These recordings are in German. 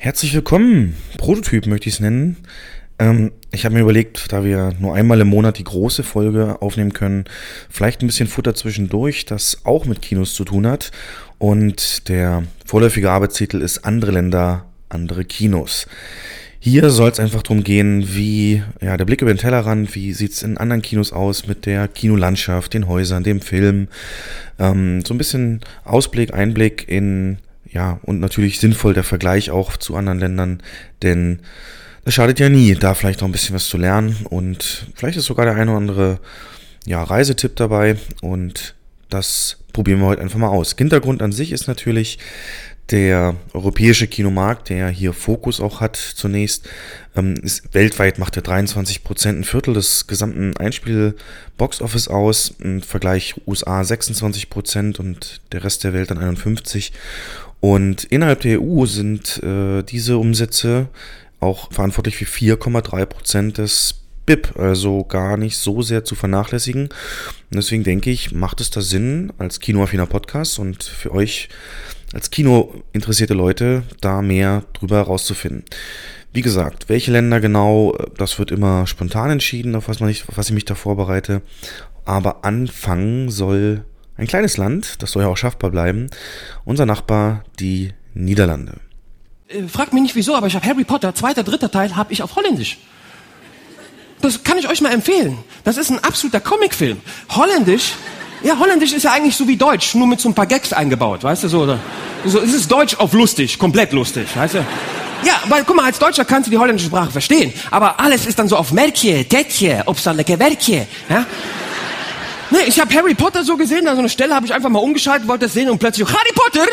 Herzlich willkommen, Prototyp möchte ich es nennen. Ich habe mir überlegt, da wir nur einmal im Monat die große Folge aufnehmen können, vielleicht ein bisschen Futter zwischendurch, das auch mit Kinos zu tun hat. Und der vorläufige Arbeitstitel ist Andere Länder, andere Kinos. Hier soll es einfach darum gehen, wie der Blick über den Tellerrand, wie sieht es in anderen Kinos aus mit der Kinolandschaft, den Häusern, dem Film. So ein bisschen Ausblick, Einblick in, und natürlich sinnvoll der Vergleich auch zu anderen Ländern, denn das schadet ja nie, da vielleicht noch ein bisschen was zu lernen und vielleicht ist sogar der eine oder andere Reisetipp dabei und das probieren wir heute einfach mal aus. Hintergrund an sich ist natürlich der europäische Kinomarkt, der hier Fokus auch hat zunächst, ist weltweit macht er 23%, ein Viertel des gesamten Einspiel-Box-Office aus, im Vergleich USA 26% und der Rest der Welt dann 51%. Und innerhalb der EU sind diese Umsätze auch verantwortlich für 4,3% des BIP, also gar nicht so sehr zu vernachlässigen. Und deswegen denke ich, macht es da Sinn, als kinoaffiner Podcast und für euch als kinointeressierte Leute da mehr drüber herauszufinden. Wie gesagt, welche Länder genau, das wird immer spontan entschieden, auf was ich mich da vorbereite. Aber anfangen soll ein kleines Land, das soll ja auch schaffbar bleiben, unser Nachbar, die Niederlande. Fragt mich nicht wieso, aber ich habe Harry Potter, 2., 3. Teil, habe ich auf Holländisch. Das kann ich euch mal empfehlen. Das ist ein absoluter Comicfilm. Holländisch ist ja eigentlich so wie Deutsch, nur mit so ein paar Gags eingebaut, weißt du, so es ist Deutsch auf lustig, komplett lustig, weißt du. Ja, weil, guck mal, als Deutscher kannst du die holländische Sprache verstehen, aber alles ist dann so auf Merkje, Tetje, Obstandelijke Werkje, ja. Ne, ich habe Harry Potter so gesehen, an so einer Stelle habe ich einfach mal umgeschaltet, wollte das sehen und plötzlich, Harry Potter,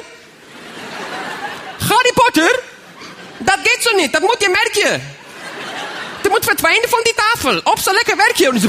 das geht so nicht, das muss je Merkje. Das muss verdwijnen von die Tafel, Obstandelijke Werkje. Und ich so,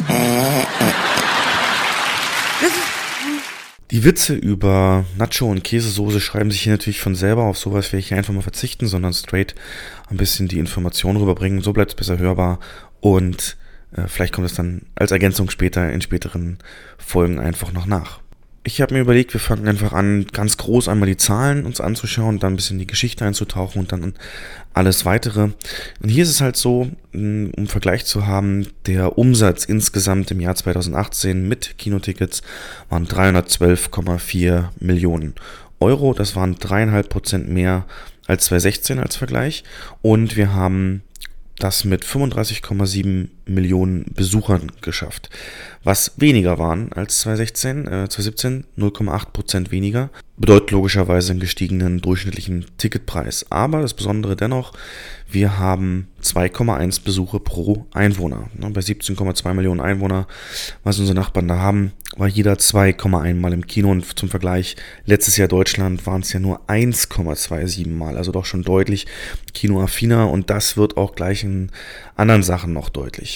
Die Witze über Nacho und Käsesoße schreiben sich hier natürlich von selber. Auf sowas werde ich hier einfach mal verzichten, sondern straight ein bisschen die Information rüberbringen. So bleibt es besser hörbar und vielleicht kommt es dann als Ergänzung später in späteren Folgen einfach noch nach. Ich habe mir überlegt, wir fangen einfach an, ganz groß einmal die Zahlen uns anzuschauen, dann ein bisschen die Geschichte einzutauchen und dann alles weitere. Und hier ist es halt so, um Vergleich zu haben, der Umsatz insgesamt im Jahr 2018 mit Kinotickets waren 312,4 Millionen Euro. Das waren 3,5% mehr als 2016 als Vergleich. Und wir haben das mit 35,7 Millionen Besuchern geschafft, was weniger waren als 2017, 0,8% weniger, bedeutet logischerweise einen gestiegenen durchschnittlichen Ticketpreis. Aber das Besondere dennoch, wir haben 2,1 Besuche pro Einwohner. Bei 17,2 Millionen Einwohner, was unsere Nachbarn da haben, war jeder 2,1 Mal im Kino. Und zum Vergleich, letztes Jahr Deutschland waren es ja nur 1,27 Mal, also doch schon deutlich kinoaffiner. Und das wird auch gleich in anderen Sachen noch deutlich.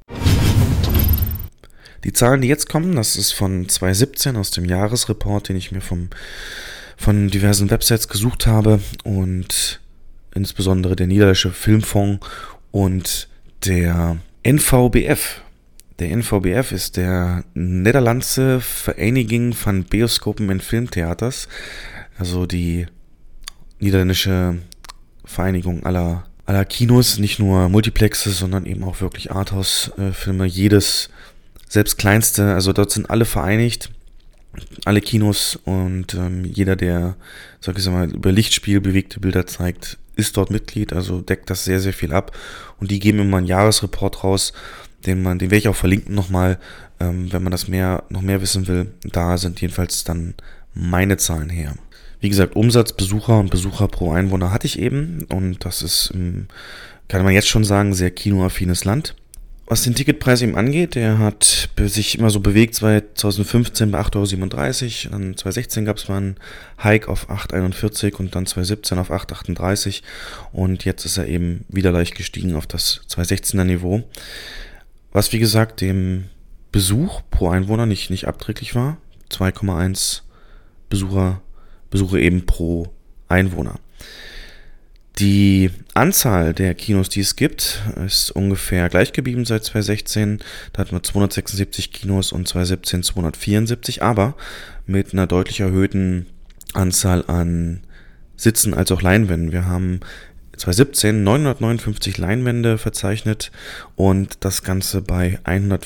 Die Zahlen, die jetzt kommen, das ist von 2017 aus dem Jahresreport, den ich mir von diversen Websites gesucht habe und insbesondere der Niederländische Filmfonds und der NVBF. Der NVBF ist der Nederlandse Vereniging van Bioscopen en Filmtheaters, also die niederländische Vereinigung aller Kinos, nicht nur Multiplexe, sondern eben auch wirklich Arthouse-Filme, jedes, selbst kleinste, also dort sind alle vereinigt, alle Kinos und jeder, der, über Lichtspiel bewegte Bilder zeigt, ist dort Mitglied, also deckt das sehr, sehr viel ab und die geben immer einen Jahresreport raus, den werde ich auch verlinken nochmal, wenn man das noch mehr wissen will, da sind jedenfalls dann meine Zahlen her. Wie gesagt, Umsatz, Besucher und Besucher pro Einwohner hatte ich eben und das ist, kann man jetzt schon sagen, sehr kinoaffines Land. Was den Ticketpreis eben angeht, der hat sich immer so bewegt, 2015 bei 8,37 €, dann 2016 gab es mal einen Hike auf 8,41 € und dann 2017 auf 8,38 € und jetzt ist er eben wieder leicht gestiegen auf das 2016er Niveau, was wie gesagt dem Besuch pro Einwohner nicht abträglich war, 2,1 Besuche eben pro Einwohner. Die Anzahl der Kinos, die es gibt, ist ungefähr gleich geblieben seit 2016. Da hatten wir 276 Kinos und 2017 274, aber mit einer deutlich erhöhten Anzahl an Sitzen als auch Leinwänden. Wir haben 2017 959 Leinwände verzeichnet und das Ganze bei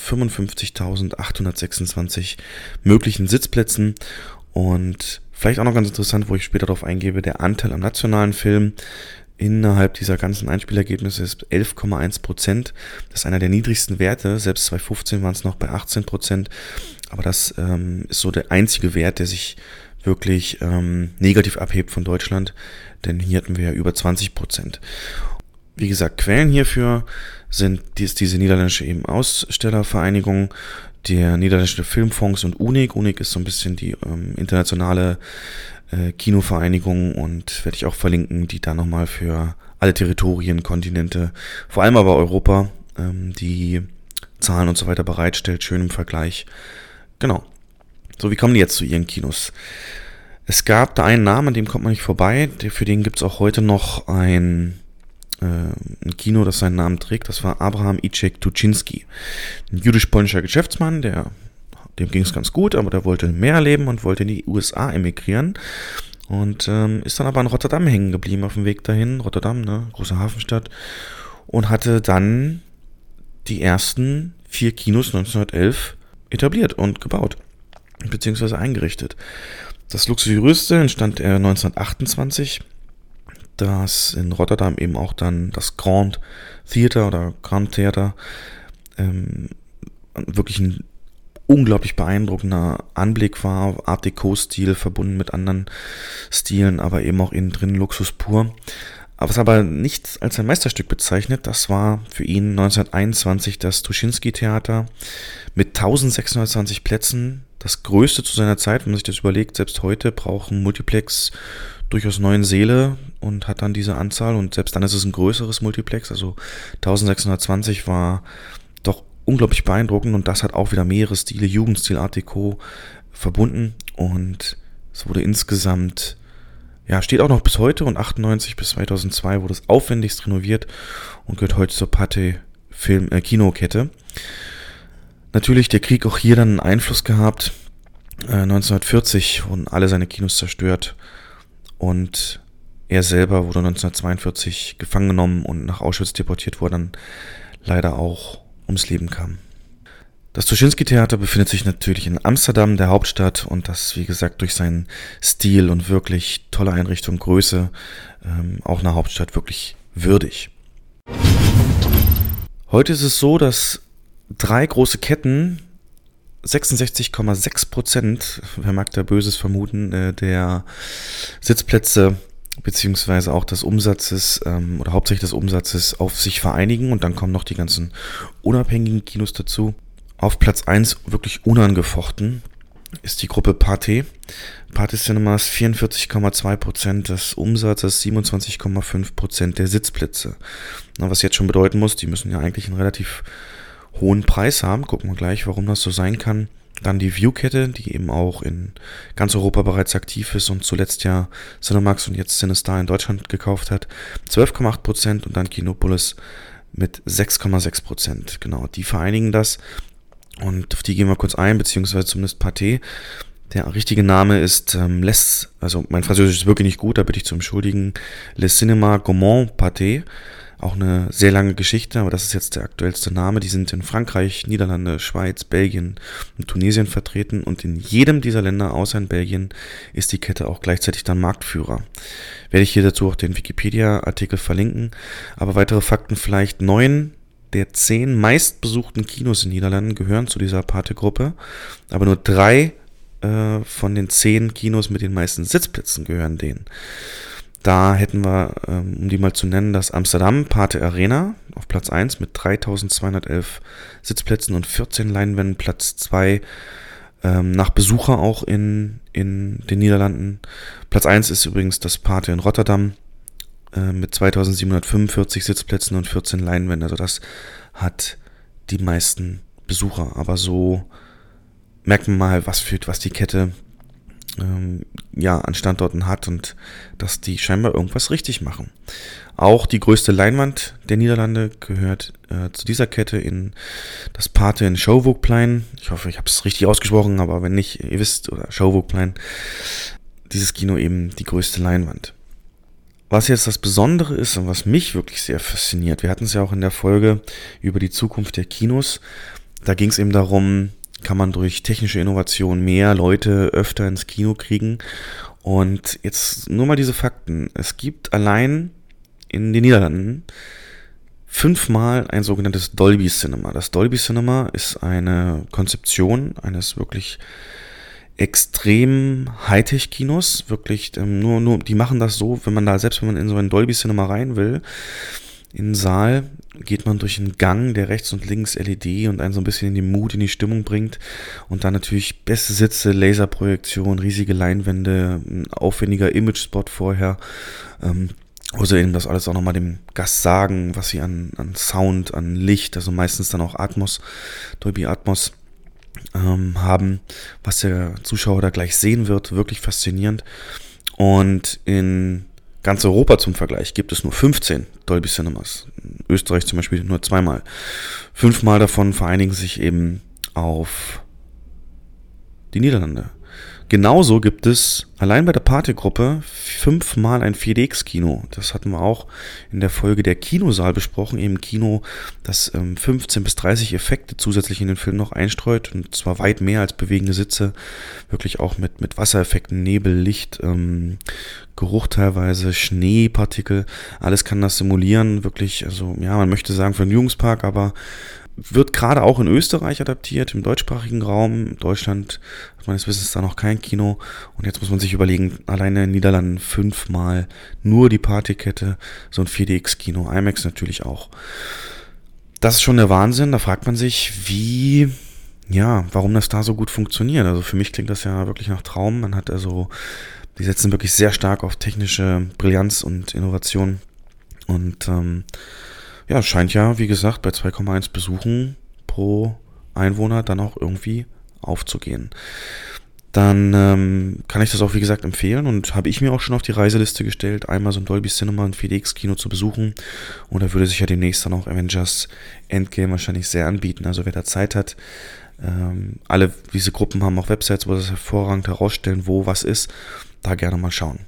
155.826 möglichen Sitzplätzen. Und vielleicht auch noch ganz interessant, wo ich später darauf eingebe, der Anteil am nationalen Film innerhalb dieser ganzen Einspielergebnisse ist 11,1%. Das ist einer der niedrigsten Werte. Selbst 2015 waren es noch bei 18%. Aber das ist so der einzige Wert, der sich wirklich negativ abhebt von Deutschland. Denn hier hatten wir ja über 20%. Wie gesagt, Quellen hierfür sind diese niederländische eben Ausstellervereinigung, der niederländische Filmfonds und UNIC. UNIC ist so ein bisschen die internationale Kinovereinigung und werde ich auch verlinken, die da nochmal für alle Territorien, Kontinente, vor allem aber Europa, die Zahlen und so weiter bereitstellt, schön im Vergleich. Genau. So, wie kommen die jetzt zu ihren Kinos? Es gab da einen Namen, an dem kommt man nicht vorbei. Für den gibt es auch heute noch ein Kino, das seinen Namen trägt. Das war Abraham Icek Tuchinski, ein jüdisch-polnischer Geschäftsmann, dem ging es ganz gut, aber der wollte mehr leben und wollte in die USA emigrieren und ist dann aber in Rotterdam hängen geblieben auf dem Weg dahin. Rotterdam, ne, große Hafenstadt, und hatte dann die ersten 4 Kinos 1911 etabliert und gebaut, beziehungsweise eingerichtet. Das luxuriöste entstand 1928, das in Rotterdam eben auch dann das Grand Theater oder Grand Theater, wirklich ein unglaublich beeindruckender Anblick war, Art Deco-Stil verbunden mit anderen Stilen, aber eben auch innen drin Luxus pur. Was aber nicht als ein Meisterstück bezeichnet, das war für ihn 1921 das Tuschinski-Theater mit 1620 Plätzen, das größte zu seiner Zeit. Wenn man sich das überlegt, selbst heute braucht ein Multiplex durchaus 9 Säle und hat dann diese Anzahl, und selbst dann ist es ein größeres Multiplex, also 1620 war doch unglaublich beeindruckend, und das hat auch wieder mehrere Stile, Jugendstil, Art Deco verbunden, und es wurde insgesamt, ja, steht auch noch bis heute, und 98 bis 2002 wurde es aufwendigst renoviert und gehört heute zur Pathé Kinokette. Natürlich der Krieg auch hier dann einen Einfluss gehabt. 1940 wurden alle seine Kinos zerstört und er selber wurde 1942 gefangen genommen und nach Auschwitz deportiert, wo er dann leider auch ums Leben kam. Das Tuschinski-Theater befindet sich natürlich in Amsterdam, der Hauptstadt, und das, wie gesagt, durch seinen Stil und wirklich tolle Einrichtung, Größe, auch einer Hauptstadt wirklich würdig. Heute ist es so, dass 3 große Ketten 66,6%, wer mag da Böses vermuten, der Sitzplätze beziehungsweise auch des Umsatzes oder hauptsächlich des Umsatzes auf sich vereinigen, und dann kommen noch die ganzen unabhängigen Kinos dazu. Auf Platz 1 wirklich unangefochten ist die Gruppe Pathé. Pathé Cinemas 44,2% des Umsatzes, 27,5% der Sitzplätze. Na, was jetzt schon bedeuten muss, die müssen ja eigentlich einen relativ hohen Preis haben. Gucken wir gleich, warum das so sein kann. Dann die View-Kette, die eben auch in ganz Europa bereits aktiv ist und zuletzt ja Cinemax und jetzt CineStar in Deutschland gekauft hat, 12,8%, und dann Kinopolis mit 6,6%. Genau, die vereinigen das, und auf die gehen wir kurz ein, beziehungsweise zumindest Pathé. Der richtige Name ist also mein Französisch ist wirklich nicht gut, da bitte ich zu entschuldigen, Le Cinéma Gaumont Pathé. Auch eine sehr lange Geschichte, aber das ist jetzt der aktuellste Name. Die sind in Frankreich, Niederlande, Schweiz, Belgien und Tunesien vertreten, und in jedem dieser Länder, außer in Belgien, ist die Kette auch gleichzeitig dann Marktführer. Werde ich hier dazu auch den Wikipedia-Artikel verlinken. Aber weitere Fakten vielleicht: 9 der 10 meistbesuchten Kinos in Niederlanden gehören zu dieser Pathé-Gruppe, aber nur 3 von den 10 Kinos mit den meisten Sitzplätzen gehören denen. Da hätten wir, um die mal zu nennen, das Amsterdam Pathé Arena auf Platz 1 mit 3211 Sitzplätzen und 14 Leinwänden. Platz 2 nach Besucher auch in den Niederlanden. Platz 1 ist übrigens das Pathé in Rotterdam mit 2745 Sitzplätzen und 14 Leinwänden. Also das hat die meisten Besucher. Aber so merkt man mal, was die Kette an Standorten hat, und dass die scheinbar irgendwas richtig machen. Auch die größte Leinwand der Niederlande gehört zu dieser Kette in das Pathé in Schouwburgplein. Ich hoffe, ich habe es richtig ausgesprochen, aber wenn nicht, ihr wisst, oder Schouwburgplein, dieses Kino eben die größte Leinwand. Was jetzt das Besondere ist und was mich wirklich sehr fasziniert, wir hatten es ja auch in der Folge über die Zukunft der Kinos, da ging es eben darum, kann man durch technische Innovation mehr Leute öfter ins Kino kriegen. Und jetzt nur mal diese Fakten. Es gibt allein in den Niederlanden 5-mal ein sogenanntes Dolby Cinema. Das Dolby Cinema ist eine Konzeption eines wirklich extrem Hightech-Kinos, wirklich die machen das so, wenn man in so ein Dolby Cinema rein will, in den Saal, geht man durch einen Gang, der rechts und links LED und einen so ein bisschen in die Mood, in die Stimmung bringt und dann natürlich beste Sitze, Laserprojektion, riesige Leinwände, ein aufwendiger Image-Spot vorher, wo sie eben das alles auch nochmal dem Gast sagen, was sie an Sound, an Licht, also meistens dann auch Atmos, Dolby Atmos, haben, was der Zuschauer da gleich sehen wird, wirklich faszinierend. Und in ganz Europa zum Vergleich gibt es nur 15 Dolby Cinemas. In Österreich zum Beispiel nur 2-mal. 5-mal davon vereinigen sich eben auf die Niederlande. Genauso gibt es allein bei der Partygruppe 5-mal ein 4DX-Kino. Das hatten wir auch in der Folge der Kinosaal besprochen. Eben Kino, das 15 bis 30 Effekte zusätzlich in den Film noch einstreut. Und zwar weit mehr als bewegende Sitze. Wirklich auch mit Wassereffekten, Nebel, Licht, Geruch teilweise, Schneepartikel. Alles kann das simulieren. Wirklich, also ja, man möchte sagen Vergnügungspark, aber wird gerade auch in Österreich adaptiert, im deutschsprachigen Raum. In Deutschland hat meines Wissens da noch kein Kino. Und jetzt muss man sich überlegen, alleine in den Niederlanden 5-mal nur die Partykette, so ein 4DX-Kino, IMAX natürlich auch. Das ist schon der Wahnsinn. Da fragt man sich, warum das da so gut funktioniert. Also für mich klingt das ja wirklich nach Traum. Die setzen wirklich sehr stark auf technische Brillanz und Innovation. Und es scheint ja, wie gesagt, bei 2,1 Besuchen pro Einwohner dann auch irgendwie aufzugehen. Dann kann ich das auch, wie gesagt, empfehlen und habe ich mir auch schon auf die Reiseliste gestellt, einmal so ein Dolby Cinema, ein 4DX-Kino zu besuchen. Und da würde sich ja demnächst dann auch Avengers Endgame wahrscheinlich sehr anbieten. Also wer da Zeit hat, alle diese Gruppen haben auch Websites, wo sie das hervorragend herausstellen, wo was ist, da gerne mal schauen.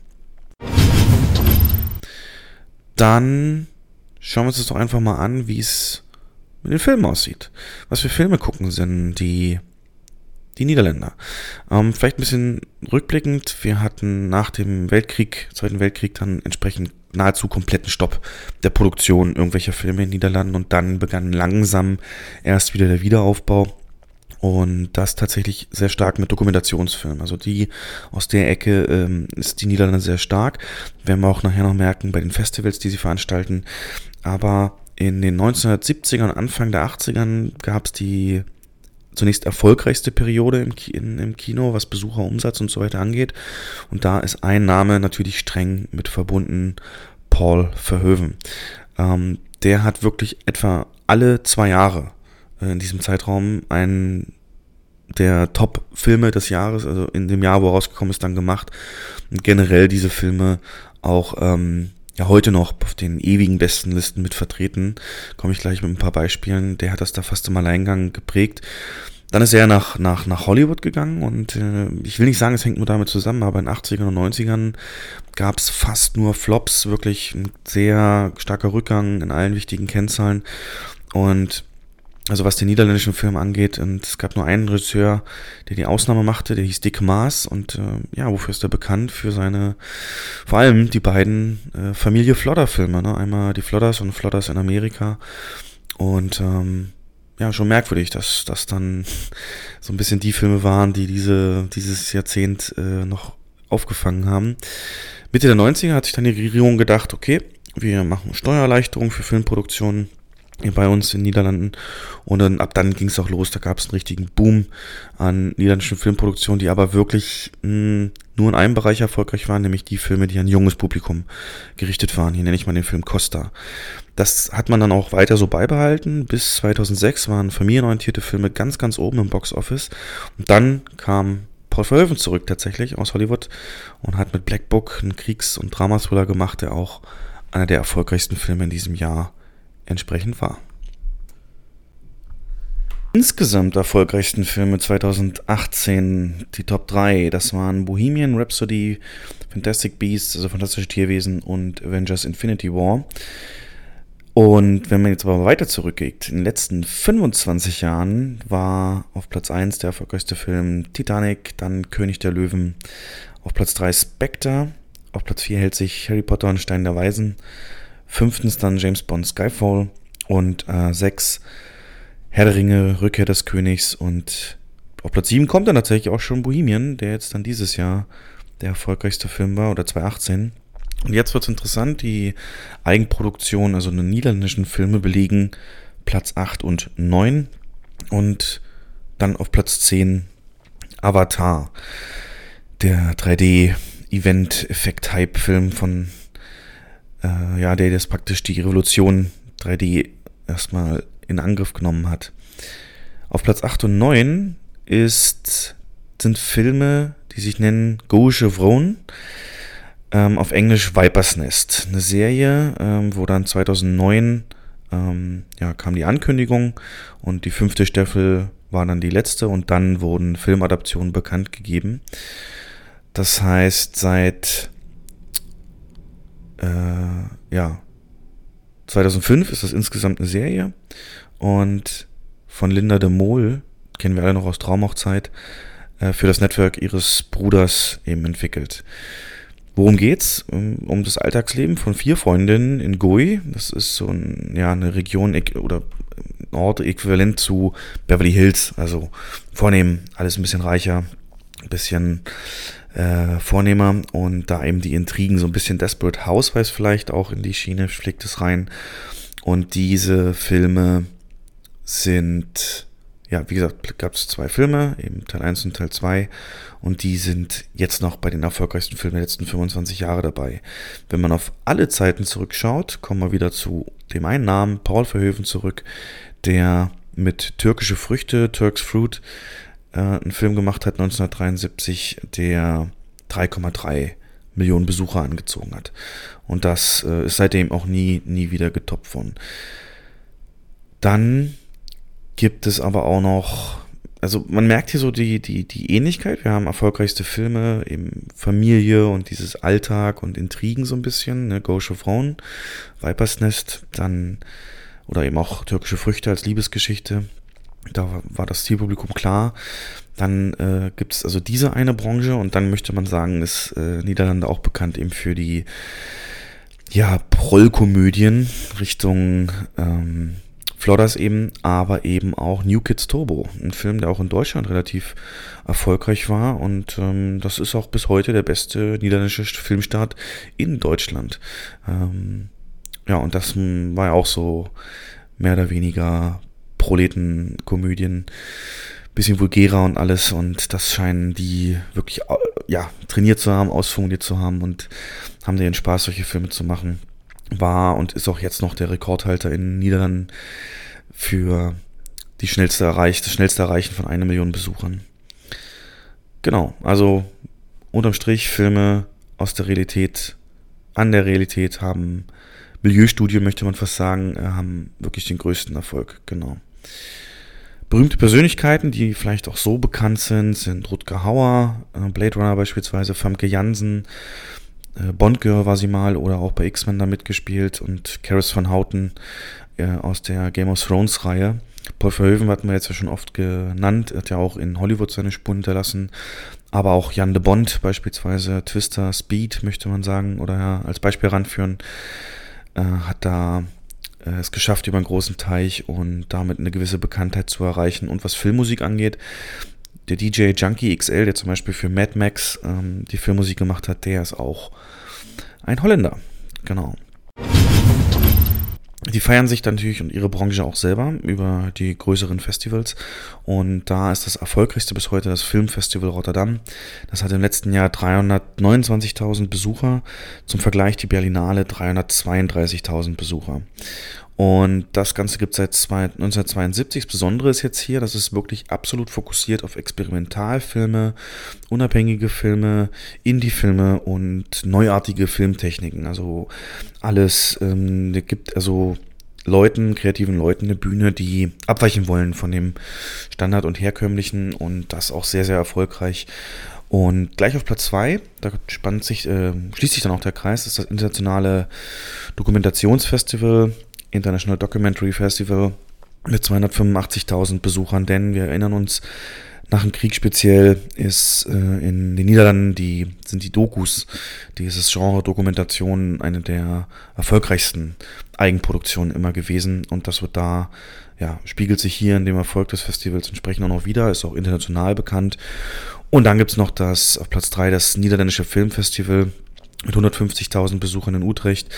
Dann schauen wir uns das doch einfach mal an, wie es mit den Filmen aussieht. Was für Filme gucken sind die Niederländer. Vielleicht ein bisschen rückblickend. Wir hatten nach dem Zweiten Weltkrieg, dann entsprechend nahezu kompletten Stopp der Produktion irgendwelcher Filme in den Niederlanden und dann begann langsam erst wieder der Wiederaufbau. Und das tatsächlich sehr stark mit Dokumentationsfilmen. Also aus der Ecke ist die Niederlande sehr stark. Werden wir auch nachher noch merken bei den Festivals, die sie veranstalten. Aber in den 1970ern, Anfang der 80ern gab es die zunächst erfolgreichste Periode im Kino, was Besucherumsatz und so weiter angeht. Und da ist ein Name natürlich streng mit verbunden, Paul Verhoeven. Der hat wirklich etwa alle 2 Jahre in diesem Zeitraum einen der Top-Filme des Jahres, also in dem Jahr, wo er rausgekommen ist, dann gemacht. Und generell diese Filme auch heute noch auf den ewigen besten Listen mit vertreten. Komme ich gleich mit ein paar Beispielen. Der hat das da fast im Alleingang geprägt. Dann ist er nach Hollywood gegangen und ich will nicht sagen, es hängt nur damit zusammen, aber in den 80ern und 90ern gab es fast nur Flops, wirklich ein sehr starker Rückgang in allen wichtigen Kennzahlen. Und also was den niederländischen Film angeht, und es gab nur einen Regisseur, der die Ausnahme machte, der hieß Dick Maas und wofür ist er bekannt? Für vor allem die beiden Familie Flodder-Filme, ne? Einmal die Flodders und Flodders in Amerika und schon merkwürdig, dass das dann so ein bisschen die Filme waren, die dieses Jahrzehnt noch aufgefangen haben. Mitte der 90er hat sich dann die Regierung gedacht, okay, wir machen Steuererleichterung für Filmproduktionen bei uns in den Niederlanden und dann, ab dann ging es auch los, da gab es einen richtigen Boom an niederländischen Filmproduktionen, die aber wirklich nur in einem Bereich erfolgreich waren, nämlich die Filme, die an junges Publikum gerichtet waren. Hier nenne ich mal den Film Costa. Das hat man dann auch weiter so beibehalten. Bis 2006 waren familienorientierte Filme ganz, ganz oben im Boxoffice und dann kam Paul Verhoeven zurück tatsächlich aus Hollywood und hat mit Black Book einen Kriegs- und Dramathriller gemacht, der auch einer der erfolgreichsten Filme in diesem Jahr entsprechend war. Insgesamt erfolgreichsten Filme 2018, die Top 3, das waren Bohemian Rhapsody, Fantastic Beasts, also Fantastische Tierwesen und Avengers Infinity War. Und wenn man jetzt aber weiter zurückgeht, in den letzten 25 Jahren war auf Platz 1 der erfolgreichste Film Titanic, dann König der Löwen, auf Platz 3 Spectre, auf Platz 4 hält sich Harry Potter und Stein der Weisen, 5. dann James Bond Skyfall und 6 Herr der Ringe, Rückkehr des Königs, und auf Platz 7 kommt dann tatsächlich auch schon Bohemian, der jetzt dann dieses Jahr der erfolgreichste Film war, oder 2018. Und jetzt wird es interessant, die Eigenproduktion, also die niederländischen Filme belegen Platz 8 und 9 und dann auf Platz 10 Avatar, der 3D-Event-Effekt-Hype-Film von, der das praktisch die Revolution 3D erstmal in Angriff genommen hat. Auf Platz 8 und 9 sind Filme, die sich nennen Go Chevron, auf Englisch Viper's Nest. Eine Serie, wo dann 2009 kam die Ankündigung und die 5. Staffel war dann die letzte und dann wurden Filmadaptionen bekannt gegeben. Das heißt, seit 2005 ist das insgesamt eine Serie und von Linda de Mol, kennen wir alle noch aus Traumhochzeit, für das Network ihres Bruders eben entwickelt. Worum geht's? Um das Alltagsleben von 4 Freundinnen in Goi. Das ist so eine Region oder Ort äquivalent zu Beverly Hills. Also vornehm, alles ein bisschen reicher, ein bisschen vornehmer, und da eben die Intrigen, so ein bisschen Desperate Housewives vielleicht auch in die Schiene schlägt es rein. Und diese Filme sind, wie gesagt, gab es 2 Filme, eben Teil 1 und Teil 2, und die sind jetzt noch bei den erfolgreichsten Filmen der letzten 25 Jahre dabei. Wenn man auf alle Zeiten zurückschaut, kommen wir wieder zu dem einen Namen, Paul Verhoeven, zurück, der mit Türkische Früchte, Turks Fruit, einen Film gemacht hat 1973, der 3,3 Millionen Besucher angezogen hat. Und das ist seitdem auch nie wieder getoppt worden. Dann gibt es aber auch noch, also man merkt hier so die Ähnlichkeit. Wir haben erfolgreichste Filme, eben Familie und dieses Alltag und Intrigen so ein bisschen, ne? Go Chevron, Viper's Nest, dann, oder eben auch Türkische Früchte als Liebesgeschichte. Da war das Zielpublikum klar. Dann gibt es also diese eine Branche, und dann möchte man sagen, ist Niederlande auch bekannt eben für die Prollkomödien Richtung Flodders eben, aber eben auch New Kids Turbo, ein Film, der auch in Deutschland relativ erfolgreich war, und das ist auch bis heute der beste niederländische Filmstart in Deutschland. Und das war ja auch so mehr oder weniger Proletenkomödien, bisschen vulgärer und alles, und das scheinen die wirklich trainiert zu haben, ausformuliert zu haben, und haben den Spaß, solche Filme zu machen. War und ist auch jetzt noch der Rekordhalter in den Niederlanden für das schnellste Erreichen von 1 Million Besuchern. Genau, also unterm Strich Filme aus der Realität, an der Realität, haben Milieustudien, möchte man fast sagen, haben wirklich den größten Erfolg, genau. Berühmte Persönlichkeiten, die vielleicht auch so bekannt sind Rutger Hauer, Blade Runner beispielsweise, Famke Janssen, Bond Girl war sie mal, oder auch bei X-Men da mitgespielt, und Karis van Houten aus der Game of Thrones Reihe. Paul Verhoeven hatten wir jetzt ja schon oft genannt, hat ja auch in Hollywood seine Spuren hinterlassen, aber auch Jan de Bond beispielsweise, Twister, Speed möchte man sagen, oder als Beispiel ranführen, hat da es geschafft, über einen großen Teich und damit eine gewisse Bekanntheit zu erreichen. Und was Filmmusik angeht, der DJ Junkie XL, der zum Beispiel für Mad Max die Filmmusik gemacht hat, der ist auch ein Holländer. Genau. Die feiern sich dann natürlich und ihre Branche auch selber über die größeren Festivals, und da ist das erfolgreichste bis heute das Filmfestival Rotterdam. Das hat im letzten Jahr 329.000 Besucher, zum Vergleich die Berlinale 332.000 Besucher. Und das Ganze gibt es seit 1972. Das Besondere ist jetzt hier, dass es wirklich absolut fokussiert auf Experimentalfilme, unabhängige Filme, Indie-Filme und neuartige Filmtechniken. Also alles, gibt also kreativen Leuten eine Bühne, die abweichen wollen von dem Standard und Herkömmlichen, und das auch sehr, sehr erfolgreich. Und gleich auf Platz 2, da schließt sich dann auch der Kreis, ist das internationale Dokumentationsfestival, International Documentary Festival mit 285.000 Besuchern, denn wir erinnern uns, nach dem Krieg speziell ist in den Niederlanden sind die Dokus, dieses Genre Dokumentation, eine der erfolgreichsten Eigenproduktionen immer gewesen, und das wird da, spiegelt sich hier in dem Erfolg des Festivals entsprechend auch noch wieder, ist auch international bekannt. Und dann gibt es noch auf Platz 3 das niederländische Filmfestival mit 150.000 Besuchern in Utrecht.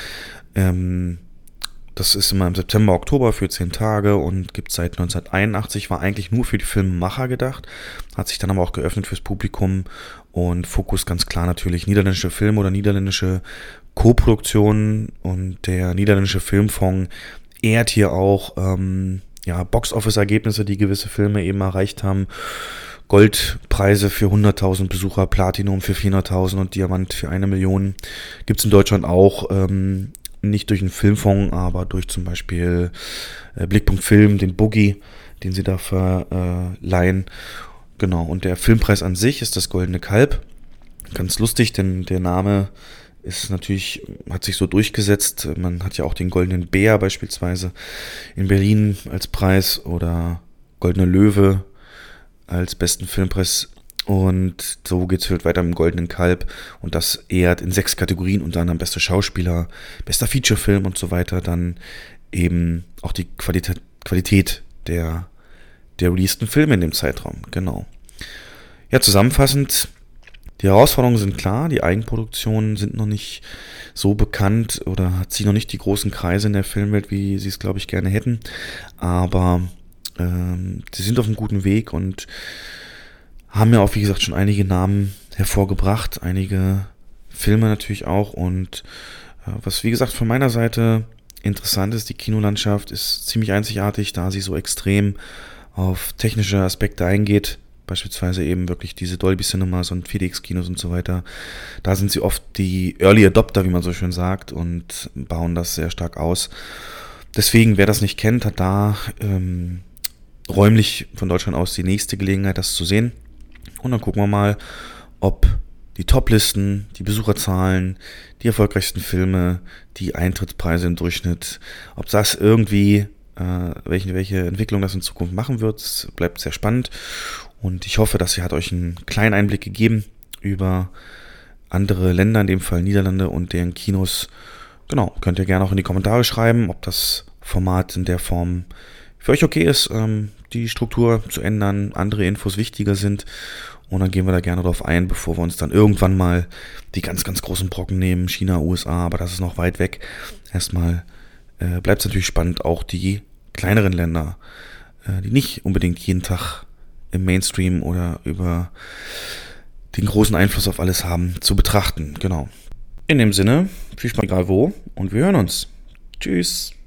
Das ist immer im September, Oktober für 10 Tage und gibt es seit 1981, war eigentlich nur für die Filmemacher gedacht, hat sich dann aber auch geöffnet fürs Publikum, und Fokus ganz klar natürlich niederländische Filme oder niederländische Co-Produktionen, und der niederländische Filmfonds ehrt hier auch Box-Office-Ergebnisse, die gewisse Filme eben erreicht haben. Goldpreise für 100.000 Besucher, Platinum für 400.000 und Diamant für 1 Million. Gibt es in Deutschland auch, nicht durch einen Filmfonds, aber durch zum Beispiel Blickpunkt Film, den Boogie, den sie da verleihen. Genau, und der Filmpreis an sich ist das Goldene Kalb. Ganz lustig, denn der Name hat sich so durchgesetzt. Man hat ja auch den Goldenen Bär beispielsweise in Berlin als Preis oder Goldene Löwe als besten Filmpreis. Und so geht's halt weiter mit dem Goldenen Kalb, und das ehrt in 6 Kategorien, unter anderem bester Schauspieler, bester Featurefilm und so weiter, dann eben auch die Qualität der releaseden Filme in dem Zeitraum, genau. Ja, zusammenfassend, die Herausforderungen sind klar, die Eigenproduktionen sind noch nicht so bekannt oder ziehen noch nicht die großen Kreise in der Filmwelt, wie sie es, glaube ich, gerne hätten, aber sie sind auf einem guten Weg und haben ja auch, wie gesagt, schon einige Namen hervorgebracht, einige Filme natürlich auch, und was, wie gesagt, von meiner Seite interessant ist, die Kinolandschaft ist ziemlich einzigartig, da sie so extrem auf technische Aspekte eingeht, beispielsweise eben wirklich diese Dolby Cinemas und 4DX-Kinos und so weiter. Da sind sie oft die Early Adopter, wie man so schön sagt, und bauen das sehr stark aus. Deswegen, wer das nicht kennt, hat da räumlich von Deutschland aus die nächste Gelegenheit, das zu sehen. Und dann gucken wir mal, ob die Top-Listen, die Besucherzahlen, die erfolgreichsten Filme, die Eintrittspreise im Durchschnitt, ob das irgendwie, welche Entwicklung das in Zukunft machen wird. Es bleibt sehr spannend, und ich hoffe, das hier hat euch einen kleinen Einblick gegeben über andere Länder, in dem Fall Niederlande und deren Kinos. Genau, könnt ihr gerne auch in die Kommentare schreiben, ob das Format in der Form für euch okay ist, die Struktur zu ändern, andere Infos wichtiger sind, und dann gehen wir da gerne drauf ein, bevor wir uns dann irgendwann mal die ganz, ganz großen Brocken nehmen, China, USA, aber das ist noch weit weg. Erstmal bleibt es natürlich spannend, auch die kleineren Länder, die nicht unbedingt jeden Tag im Mainstream oder über den großen Einfluss auf alles haben, zu betrachten. Genau. In dem Sinne, viel Spaß egal wo, und wir hören uns. Tschüss.